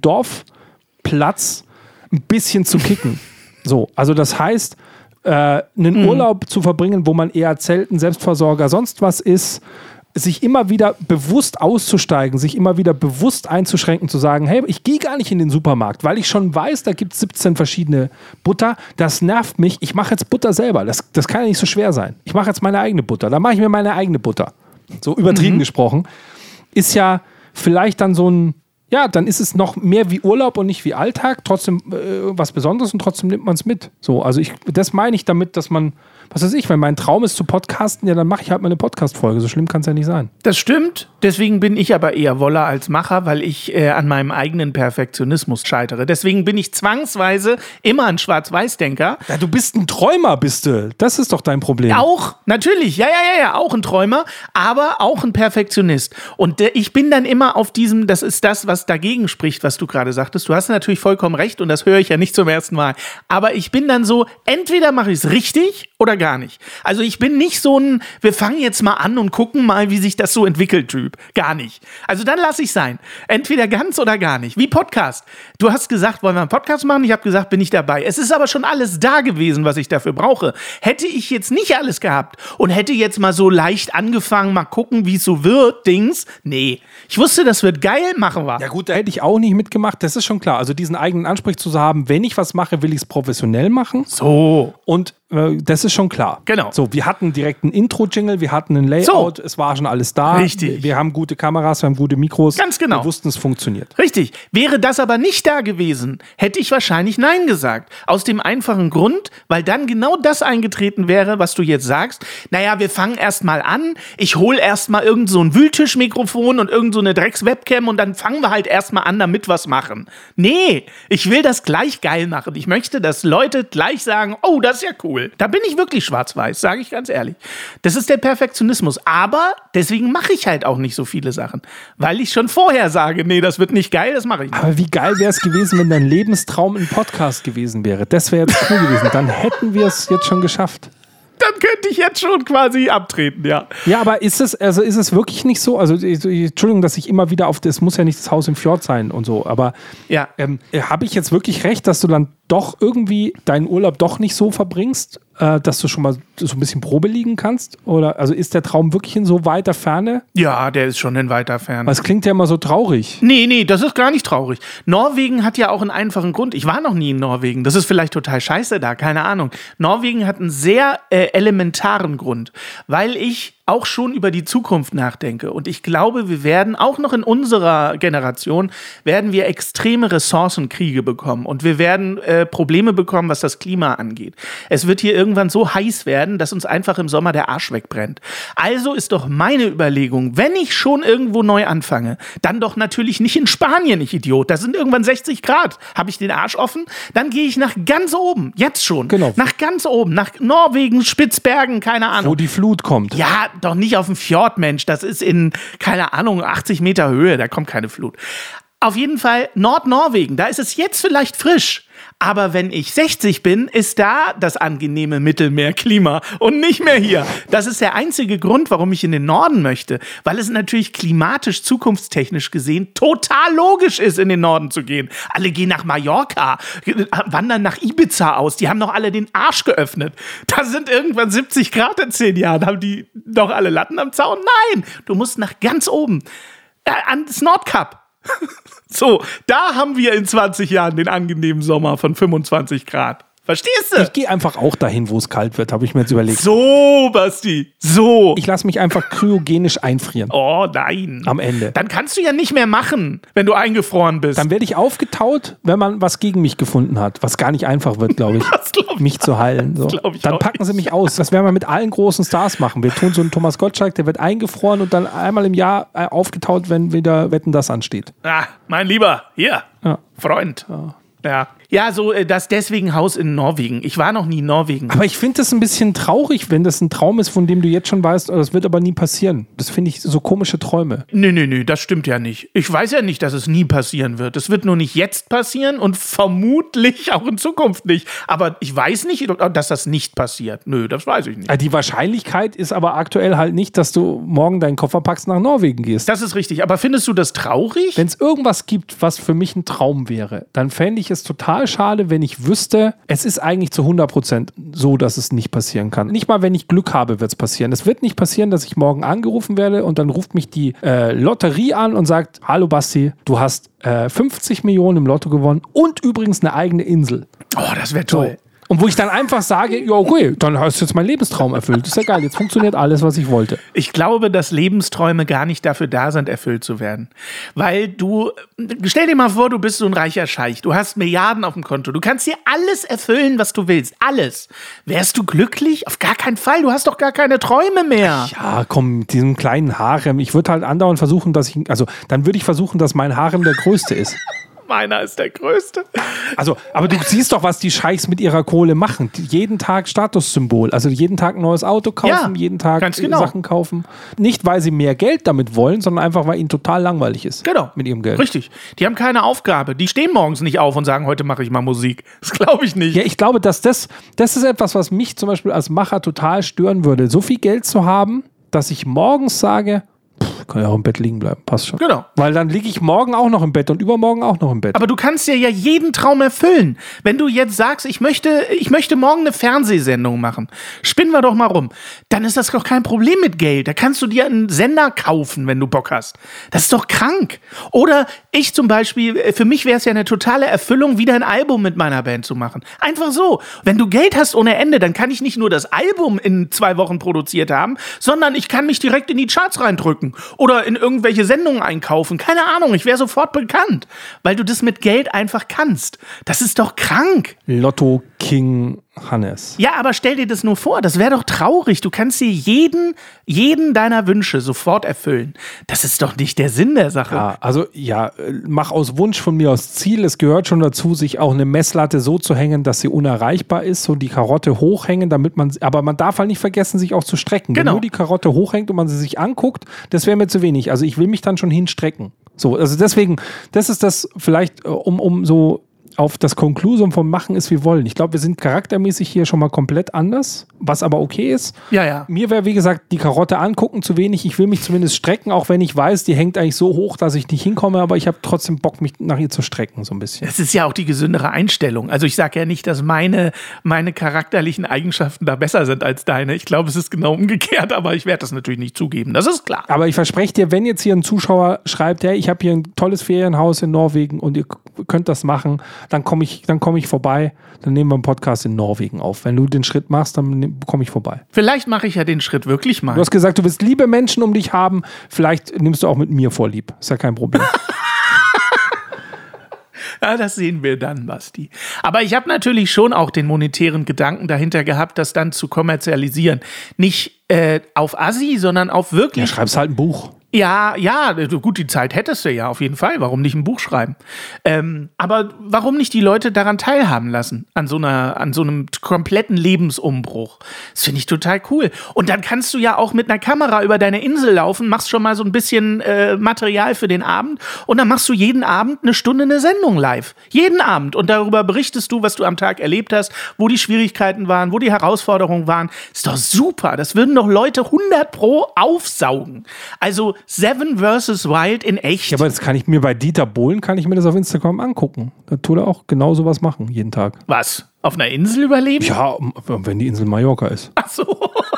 S3: Dorfplatz ein bisschen zu kicken. So, also das heißt, äh, einen mhm. Urlaub zu verbringen, wo man eher Zelten, Selbstversorger, sonst was ist, sich immer wieder bewusst auszusteigen, sich immer wieder bewusst einzuschränken, zu sagen, hey, ich gehe gar nicht in den Supermarkt, weil ich schon weiß, da gibt es siebzehn verschiedene Butter, das nervt mich, ich mache jetzt Butter selber, das, das kann ja nicht so schwer sein. Ich mache jetzt meine eigene Butter, dann mache ich mir meine eigene Butter. So übertrieben mhm. gesprochen, ist ja vielleicht dann so ein, ja, dann ist es noch mehr wie Urlaub und nicht wie Alltag, trotzdem äh, was Besonderes und trotzdem nimmt man es mit. So, also ich, das meine ich damit, dass man, was weiß ich, wenn mein Traum ist zu podcasten, ja, dann mache ich halt mal eine Podcast-Folge. So schlimm kann es ja nicht sein.
S2: Das stimmt. Deswegen bin ich aber eher Woller als Macher, weil ich äh, an meinem eigenen Perfektionismus scheitere. Deswegen bin ich zwangsweise immer ein Schwarz-Weiß-Denker.
S3: Ja, du bist ein Träumer, bist du. Das ist doch dein Problem.
S2: Auch, natürlich. Ja, ja, ja, ja, auch ein Träumer, aber auch ein Perfektionist. Und der, ich bin dann immer auf diesem, das ist das, was was dagegen spricht, was du gerade sagtest. Du hast natürlich vollkommen recht und das höre ich ja nicht zum ersten Mal. Aber ich bin dann so, entweder mache ich es richtig oder gar nicht. Also ich bin nicht so ein, wir fangen jetzt mal an und gucken mal, wie sich das so entwickelt, Typ. Gar nicht. Also dann lasse ich sein. Entweder ganz oder gar nicht. Wie Podcast. Du hast gesagt, wollen wir einen Podcast machen? Ich habe gesagt, bin ich dabei. Es ist aber schon alles da gewesen, was ich dafür brauche. Hätte ich jetzt nicht alles gehabt und hätte jetzt mal so leicht angefangen, mal gucken, wie es so wird, Dings. Nee. Ich wusste, das wird geil, machen wir.
S3: Ja gut, da hätte ich auch nicht mitgemacht, das ist schon klar. Also diesen eigenen Anspruch zu haben, wenn ich was mache, will ich es professionell machen.
S2: So.
S3: Und äh, das ist schon klar.
S2: Genau.
S3: So, wir hatten direkt ein Intro-Jingle, wir hatten ein Layout, so. Es war schon alles da.
S2: Richtig.
S3: Wir, wir haben gute Kameras, wir haben gute Mikros.
S2: Ganz genau.
S3: Wir wussten, es funktioniert.
S2: Richtig. Wäre das aber nicht da gewesen, hätte ich wahrscheinlich Nein gesagt. Aus dem einfachen Grund, weil dann genau das eingetreten wäre, was du jetzt sagst. Naja, wir fangen erst mal an. Ich hole erst mal irgend so ein Wühltischmikrofon und irgend so eine Drecks-Webcam und dann fangen wir halt erst mal an, damit was machen. Nee, ich will das gleich geil machen. Ich möchte, dass Leute gleich sagen, oh, das ist ja cool. Da bin ich wirklich schwarz-weiß, sage ich ganz ehrlich. Das ist der Perfektionismus. Aber deswegen mache ich halt auch nicht so viele Sachen. Weil ich schon vorher sage, nee, das wird nicht geil, das mache ich nicht.
S3: Aber wie geil wäre es gewesen, wenn dein Lebenstraum ein Podcast gewesen wäre? Das wäre jetzt cool gewesen. Dann hätten wir es jetzt schon geschafft.
S2: Dann könnte ich jetzt schon quasi abtreten, ja.
S3: Ja, aber ist es, also ist es wirklich nicht so? Also, ich, Entschuldigung, dass ich immer wieder auf das muss ja nicht das Haus im Fjord sein und so, aber
S2: ja.
S3: ähm, habe ich jetzt wirklich recht, dass du dann doch irgendwie deinen Urlaub doch nicht so verbringst, äh, dass du schon mal so ein bisschen Probe liegen kannst? Oder also ist der Traum wirklich in so weiter Ferne?
S2: Ja, der ist schon in weiter Ferne.
S3: Weil es klingt ja immer so traurig.
S2: Nee, nee, das ist gar nicht traurig. Norwegen hat ja auch einen einfachen Grund. Ich war noch nie in Norwegen. Das ist vielleicht total scheiße da, keine Ahnung. Norwegen hat einen sehr äh, elementaren Grund, weil ich auch schon über die Zukunft nachdenke. Und ich glaube, wir werden, auch noch in unserer Generation, werden wir extreme Ressourcenkriege bekommen. Und wir werden äh, Probleme bekommen, was das Klima angeht. Es wird hier irgendwann so heiß werden, dass uns einfach im Sommer der Arsch wegbrennt. Also ist doch meine Überlegung, wenn ich schon irgendwo neu anfange, dann doch natürlich nicht in Spanien, ich Idiot. Da sind irgendwann sechzig Grad. Habe ich den Arsch offen? Dann gehe ich nach ganz oben. Jetzt schon.
S3: Genau.
S2: Nach ganz oben. Nach Norwegen, Spitzbergen, keine Ahnung.
S3: Wo die Flut kommt.
S2: Ja, doch nicht auf dem Fjord, Mensch. Das ist in, keine Ahnung, achtzig Meter Höhe. Da kommt keine Flut. Auf jeden Fall Nordnorwegen. Da ist es jetzt vielleicht frisch. Aber wenn ich sechzig bin, ist da das angenehme Mittelmeerklima und nicht mehr hier. Das ist der einzige Grund, warum ich in den Norden möchte. Weil es natürlich klimatisch, zukunftstechnisch gesehen total logisch ist, in den Norden zu gehen. Alle gehen nach Mallorca, wandern nach Ibiza aus. Die haben doch alle den Arsch geöffnet. Da sind irgendwann siebzig Grad in zehn Jahren. Haben die doch alle Latten am Zaun? Nein, du musst nach ganz oben. Äh, ans Nordkap. So, da haben wir in zwanzig Jahren den angenehmen Sommer von fünfundzwanzig Grad. Verstehst du?
S3: Ich gehe einfach auch dahin, wo es kalt wird, habe ich mir jetzt überlegt.
S2: So, Basti, so.
S3: Ich lasse mich einfach kryogenisch einfrieren.
S2: Oh nein.
S3: Am Ende.
S2: Dann kannst du ja nicht mehr machen, wenn du eingefroren bist.
S3: Dann werde ich aufgetaut, wenn man was gegen mich gefunden hat. Was gar nicht einfach wird, glaube ich.
S2: Das glaub ich
S3: mich zu heilen. So.
S2: glaub ich
S3: Dann
S2: auch
S3: packen
S2: nicht.
S3: sie mich aus. Das werden wir mit allen großen Stars machen. Wir tun so einen Thomas Gottschalk, der wird eingefroren und dann einmal im Jahr aufgetaut, wenn wieder Wetten, das ansteht.
S2: Ah, mein Lieber, hier,
S3: Ja.
S2: Freund. Ja. Ja, ja, so äh, das deswegen Haus in Norwegen. Ich war noch nie in Norwegen.
S3: Aber ich finde das ein bisschen traurig, wenn das ein Traum ist, von dem du jetzt schon weißt, oh, das wird aber nie passieren. Das finde ich so komische Träume.
S2: Nee, nee, nee, das stimmt ja nicht. Ich weiß ja nicht, dass es nie passieren wird. Es wird nur nicht jetzt passieren und vermutlich auch in Zukunft nicht. Aber ich weiß nicht, dass das nicht passiert. Nö, das weiß ich nicht.
S3: Die Wahrscheinlichkeit ist aber aktuell halt nicht, dass du morgen deinen Koffer packst, nach Norwegen gehst.
S2: Das ist richtig. Aber findest du das traurig?
S3: Wenn es irgendwas gibt, was für mich ein Traum wäre, dann fände ich es total schade, wenn ich wüsste, es ist eigentlich zu hundert Prozent so, dass es nicht passieren kann. Nicht mal, wenn ich Glück habe, wird es passieren. Es wird nicht passieren, dass ich morgen angerufen werde und dann ruft mich die äh, Lotterie an und sagt, hallo Basti, du hast äh, fünfzig Millionen im Lotto gewonnen und übrigens eine eigene Insel.
S2: Oh, das wäre toll.
S3: So. Und wo ich dann einfach sage, ja okay, dann hast du jetzt meinen Lebenstraum erfüllt. Ist ja geil, jetzt funktioniert alles, was ich wollte.
S2: Ich glaube, dass Lebensträume gar nicht dafür da sind, erfüllt zu werden. Weil du, stell dir mal vor, du bist so ein reicher Scheich. Du hast Milliarden auf dem Konto. Du kannst dir alles erfüllen, was du willst. Alles. Wärst du glücklich? Auf gar keinen Fall. Du hast doch gar keine Träume mehr.
S3: Ja, komm, mit diesem kleinen Harem. Ich würde halt andauernd versuchen, dass ich, also dann würde ich versuchen, dass mein Harem der größte ist.
S2: Meiner ist der größte.
S3: Also, aber du siehst doch, was die Scheichs mit ihrer Kohle machen. Die, jeden Tag Statussymbol. Also jeden Tag ein neues Auto kaufen,
S2: Ja,
S3: jeden Tag
S2: ganz genau.
S3: Sachen kaufen. Nicht, weil sie mehr Geld damit wollen, sondern einfach, weil ihnen total langweilig ist.
S2: Genau.
S3: Mit ihrem Geld.
S2: Richtig. Die haben keine Aufgabe. Die stehen morgens nicht auf und sagen, heute mache ich mal Musik. Das glaube ich nicht.
S3: Ja, ich glaube, dass das, das ist etwas, was mich zum Beispiel als Macher total stören würde. So viel Geld zu haben, dass ich morgens sage, pff, kann ja auch im Bett liegen bleiben, passt schon.
S2: Genau.
S3: Weil dann liege ich morgen auch noch im Bett und übermorgen auch noch im Bett.
S2: Aber du kannst dir ja jeden Traum erfüllen. Wenn du jetzt sagst, ich möchte, ich möchte morgen eine Fernsehsendung machen, spinnen wir doch mal rum, dann ist das doch kein Problem mit Geld. Da kannst du dir einen Sender kaufen, wenn du Bock hast. Das ist doch krank. Oder ich zum Beispiel, für mich wäre es ja eine totale Erfüllung, wieder ein Album mit meiner Band zu machen. Einfach so. Wenn du Geld hast ohne Ende, dann kann ich nicht nur das Album in zwei Wochen produziert haben, sondern ich kann mich direkt in die Charts reindrücken. Oder in irgendwelche Sendungen einkaufen. Keine Ahnung, ich wäre sofort bekannt. Weil du das mit Geld einfach kannst. Das ist doch krank.
S3: Lotto King Hannes.
S2: Ja, aber stell dir das nur vor, das wäre doch traurig. Du kannst dir jeden, jeden deiner Wünsche sofort erfüllen. Das ist doch nicht der Sinn der Sache.
S3: Ja, also ja, mach aus Wunsch von mir aus Ziel. Es gehört schon dazu, sich auch eine Messlatte so zu hängen, dass sie unerreichbar ist, so die Karotte hochhängen, damit man, aber man darf halt nicht vergessen, sich auch zu strecken.
S2: Genau.
S3: Wenn nur die Karotte hochhängt und man sie sich anguckt, das wäre mir zu wenig. Also ich will mich dann schon hinstrecken. So, also deswegen, das ist das vielleicht, um, um so auf das Konklusum vom Machen ist, wir wollen. Ich glaube, wir sind charaktermäßig hier schon mal komplett anders, was aber okay ist.
S2: Ja, ja.
S3: Mir wäre, wie gesagt, die Karotte angucken zu wenig. Ich will mich zumindest strecken, auch wenn ich weiß, die hängt eigentlich so hoch, dass ich nicht hinkomme, aber ich habe trotzdem Bock, mich nach ihr zu strecken, so ein bisschen.
S2: Das ist ja auch die gesündere Einstellung. Also ich sage ja nicht, dass meine, meine charakterlichen Eigenschaften da besser sind als deine. Ich glaube, es ist genau umgekehrt, aber ich werde das natürlich nicht zugeben. Das ist klar.
S3: Aber ich verspreche dir, wenn jetzt hier ein Zuschauer schreibt, hey, ich habe hier ein tolles Ferienhaus in Norwegen und ihr könnt das machen, dann komme ich, dann komme ich vorbei, dann nehmen wir einen Podcast in Norwegen auf. Wenn du den Schritt machst, dann komme ich vorbei.
S2: Vielleicht mache ich ja den Schritt wirklich mal.
S3: Du hast gesagt, du willst liebe Menschen um dich haben, vielleicht nimmst du auch mit mir vorlieb. Ist ja kein Problem.
S2: Ja, das sehen wir dann, Basti. Aber ich habe natürlich schon auch den monetären Gedanken dahinter gehabt, das dann zu kommerzialisieren. Nicht äh, auf Assi, sondern auf wirklich...
S3: Ja, schreibst halt ein Buch.
S2: Ja, ja, gut, die Zeit hättest du ja auf jeden Fall. Warum nicht ein Buch schreiben? Ähm, aber warum nicht die Leute daran teilhaben lassen? An so einer, an so einem kompletten Lebensumbruch. Das finde ich total cool. Und dann kannst du ja auch mit einer Kamera über deine Insel laufen, machst schon mal so ein bisschen äh, Material für den Abend und dann machst du jeden Abend eine Stunde eine Sendung live. Jeden Abend. Und darüber berichtest du, was du am Tag erlebt hast, wo die Schwierigkeiten waren, wo die Herausforderungen waren. Ist doch super. Das würden doch Leute hundert pro aufsaugen. Also Seven versus Wild in echt.
S3: Ja, aber das kann ich mir bei Dieter Bohlen, kann ich mir das auf Instagram angucken. Da tut er auch genau sowas machen, jeden Tag.
S2: Was? Auf einer Insel überleben?
S3: Ja, wenn die Insel Mallorca ist.
S2: Ach so.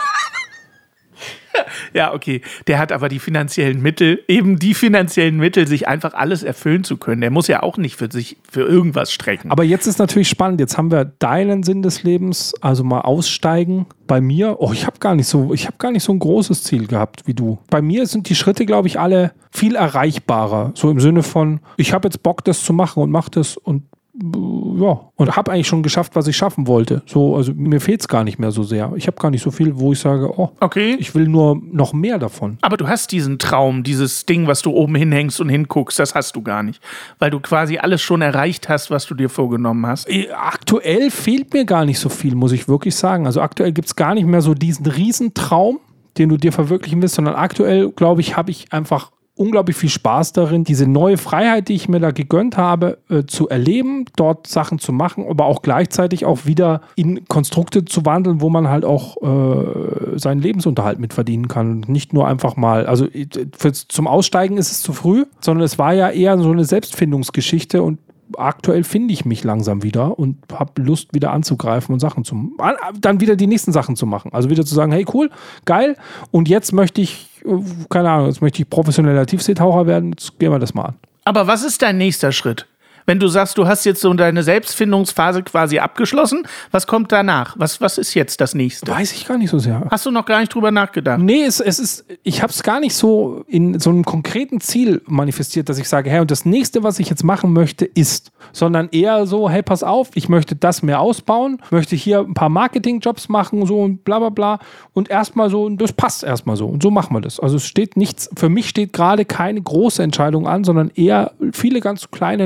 S2: Ja, okay. Der hat aber die finanziellen Mittel, eben die finanziellen Mittel, sich einfach alles erfüllen zu können. Der muss ja auch nicht für sich, für irgendwas strecken.
S3: Aber jetzt ist natürlich spannend. Jetzt haben wir deinen Sinn des Lebens, also mal aussteigen. Bei mir, oh, ich habe gar nicht so, ich habe gar nicht so ein großes Ziel gehabt wie du. Bei mir sind die Schritte, glaube ich, alle viel erreichbarer. So im Sinne von, ich habe jetzt Bock, das zu machen und mache das und ja, und habe eigentlich schon geschafft, was ich schaffen wollte. So, also mir fehlt es gar nicht mehr so sehr. Ich habe gar nicht so viel, wo ich sage, oh,
S2: okay.
S3: Ich will nur noch mehr davon.
S2: Aber du hast diesen Traum, dieses Ding, was du oben hinhängst und hinguckst, das hast du gar nicht. Weil du quasi alles schon erreicht hast, was du dir vorgenommen hast.
S3: Aktuell fehlt mir gar nicht so viel, muss ich wirklich sagen. Also aktuell gibt es gar nicht mehr so diesen Riesentraum, den du dir verwirklichen willst, sondern aktuell, glaube ich, habe ich einfach unglaublich viel Spaß darin, diese neue Freiheit, die ich mir da gegönnt habe, äh, zu erleben, dort Sachen zu machen, aber auch gleichzeitig auch wieder in Konstrukte zu wandeln, wo man halt auch äh, seinen Lebensunterhalt mit verdienen kann. Nicht nur einfach mal, also für, zum Aussteigen ist es zu früh, sondern es war ja eher so eine Selbstfindungsgeschichte und aktuell finde ich mich langsam wieder und habe Lust, wieder anzugreifen und Sachen zu dann wieder die nächsten Sachen zu machen. Also wieder zu sagen, hey, cool, geil. Und jetzt möchte ich, keine Ahnung, jetzt möchte ich professioneller Tiefseetaucher werden. Jetzt gehen wir das mal an.
S2: Aber was ist dein nächster Schritt? Wenn du sagst, du hast jetzt so deine Selbstfindungsphase quasi abgeschlossen, was kommt danach? Was, was ist jetzt das nächste?
S3: Weiß ich gar nicht so sehr.
S2: Hast du noch gar nicht drüber nachgedacht?
S3: Nee, es, es ist, ich habe es gar nicht so in so einem konkreten Ziel manifestiert, dass ich sage, hey, und das nächste, was ich jetzt machen möchte, ist, sondern eher so, hey, pass auf, ich möchte das mehr ausbauen, möchte hier ein paar Marketingjobs machen, so und bla bla bla und erstmal so, und das passt erstmal so und so machen wir das. Also es steht nichts, für mich steht gerade keine große Entscheidung an, sondern eher viele ganz kleine, nette Sachen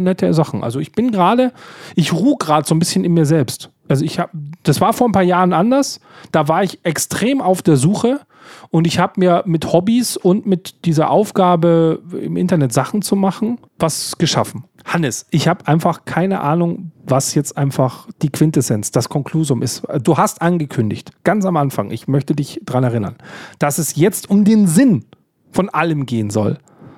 S3: Sachen. Also ich bin gerade, ich ruhe gerade so ein bisschen in mir selbst. Also ich habe, das war vor ein paar Jahren anders. Da war ich extrem auf der Suche und ich habe mir mit Hobbys und mit dieser Aufgabe im Internet Sachen zu machen, was geschaffen. Hannes, ich habe einfach keine Ahnung, was jetzt einfach die Quintessenz, das Konklusum ist. Du hast angekündigt, ganz am Anfang, ich möchte dich daran erinnern, dass es jetzt um den Sinn von allem gehen soll.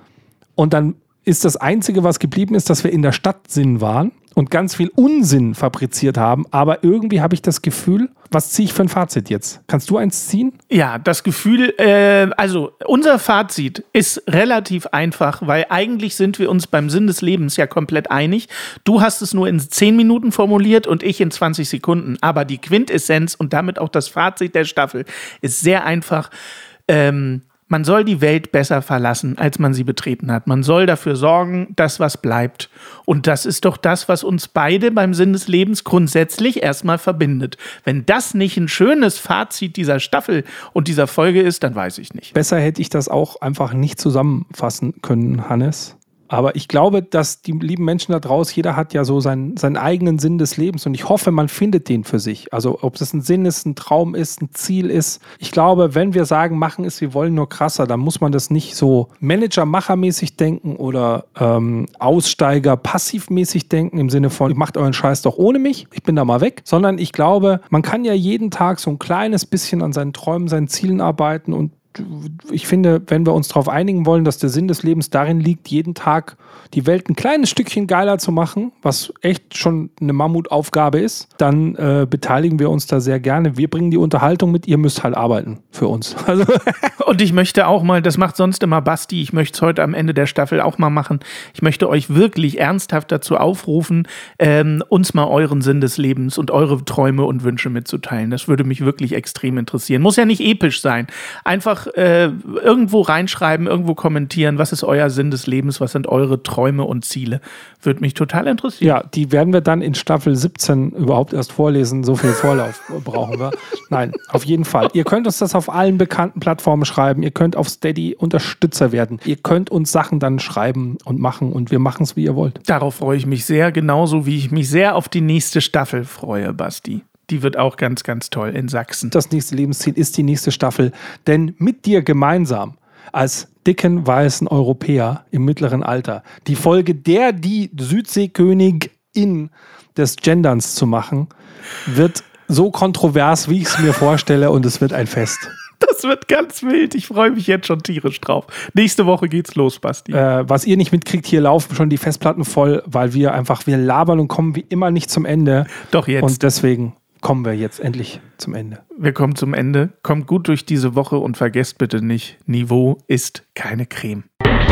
S3: Und dann ist das Einzige, was geblieben ist, dass wir in der Stadt Sinn waren und ganz viel Unsinn fabriziert haben. Aber irgendwie habe ich das Gefühl, was ziehe ich für ein Fazit jetzt? Kannst du eins ziehen?
S2: Ja, das Gefühl, äh, also unser Fazit ist relativ einfach, weil eigentlich sind wir uns beim Sinn des Lebens ja komplett einig. Du hast es nur in zehn Minuten formuliert und ich in zwanzig Sekunden. Aber die Quintessenz und damit auch das Fazit der Staffel ist sehr einfach. Ähm, Man soll die Welt besser verlassen, als man sie betreten hat. Man soll dafür sorgen, dass was bleibt. Und das ist doch das, was uns beide beim Sinn des Lebens grundsätzlich erstmal verbindet. Wenn das nicht ein schönes Fazit dieser Staffel und dieser Folge ist, dann weiß ich nicht.
S3: Besser hätte ich das auch einfach nicht zusammenfassen können, Hannes. Aber ich glaube, dass die lieben Menschen da draußen, jeder hat ja so seinen, seinen eigenen Sinn des Lebens und ich hoffe, man findet den für sich. Also ob das ein Sinn ist, ein Traum ist, ein Ziel ist. Ich glaube, wenn wir sagen, machen ist, wir wollen nur krasser, dann muss man das nicht so Manager-Macher-mäßig denken oder ähm, Aussteiger-passivmäßig denken im Sinne von, macht euren Scheiß doch ohne mich, ich bin da mal weg. Sondern ich glaube, man kann ja jeden Tag so ein kleines bisschen an seinen Träumen, seinen Zielen arbeiten und ich finde, wenn wir uns darauf einigen wollen, dass der Sinn des Lebens darin liegt, jeden Tag die Welt ein kleines Stückchen geiler zu machen, was echt schon eine Mammutaufgabe ist, dann äh, beteiligen wir uns da sehr gerne. Wir bringen die Unterhaltung mit, ihr müsst halt arbeiten für uns. Also
S2: und ich möchte auch mal, das macht sonst immer Basti, ich möchte es heute am Ende der Staffel auch mal machen, ich möchte euch wirklich ernsthaft dazu aufrufen, ähm, uns mal euren Sinn des Lebens und eure Träume und Wünsche mitzuteilen. Das würde mich wirklich extrem interessieren. Muss ja nicht episch sein. Einfach äh, irgendwo reinschreiben, irgendwo kommentieren, was ist euer Sinn des Lebens, was sind eure Träume und Ziele. Würde mich total interessieren.
S3: Ja, die werden wir dann in Staffel siebzehn überhaupt erst vorlesen. So viel Vorlauf brauchen wir. Nein, auf jeden Fall. Ihr könnt uns das auf allen bekannten Plattformen schreiben. Ihr könnt auf Steady Unterstützer werden. Ihr könnt uns Sachen dann schreiben und machen und wir machen es, wie ihr wollt.
S2: Darauf freue ich mich sehr, genauso wie ich mich sehr auf die nächste Staffel freue, Basti. Die wird auch ganz, ganz toll in Sachsen.
S3: Das nächste Lebensziel ist die nächste Staffel, denn mit dir gemeinsam als dicken, weißen Europäer im mittleren Alter die Folge der, die Südseekönigin des Genderns zu machen, wird so kontrovers, wie ich es mir vorstelle und es wird ein Fest.
S2: Das wird ganz wild. Ich freue mich jetzt schon tierisch drauf. Nächste Woche geht's los, Basti.
S3: Äh, was ihr nicht mitkriegt, hier laufen schon die Festplatten voll, weil wir einfach, wir labern und kommen wie immer nicht zum Ende.
S2: Doch jetzt.
S3: Und deswegen kommen wir jetzt endlich zum Ende.
S2: Wir kommen zum Ende. Kommt gut durch diese Woche und vergesst bitte nicht, Niveau ist keine Creme.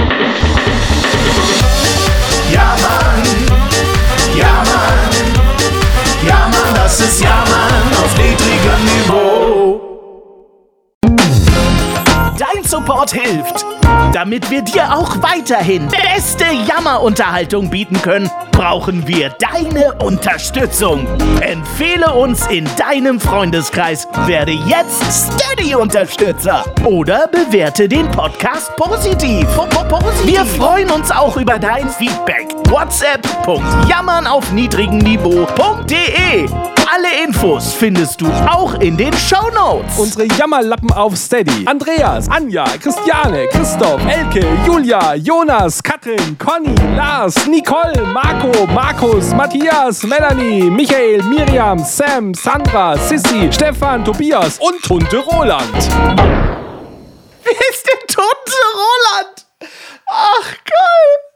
S4: Ja, Mann. Ja, Mann. Ja, Mann, das ist Ja, Mann auf niedrigem Niveau. Dein Support hilft. Damit wir dir auch weiterhin beste Jammerunterhaltung bieten können, brauchen wir deine Unterstützung. Empfehle uns in deinem Freundeskreis, werde jetzt Steady-Unterstützer oder bewerte den Podcast positiv. Wir freuen uns auch über dein Feedback. whatsapp punkt jammern auf niedrigem Niveau punkt de. Alle Infos findest du auch in den Shownotes.
S3: Unsere Jammerlappen auf Steady. Andreas, Anja, Christiane, Christoph, Elke, Julia, Jonas, Katrin, Conny, Lars, Nicole, Marco, Markus, Matthias, Melanie, Michael, Miriam, Sam, Sandra, Sissi, Stefan, Tobias und Tunte Roland.
S2: Wer ist denn Tunte Roland? Ach, geil.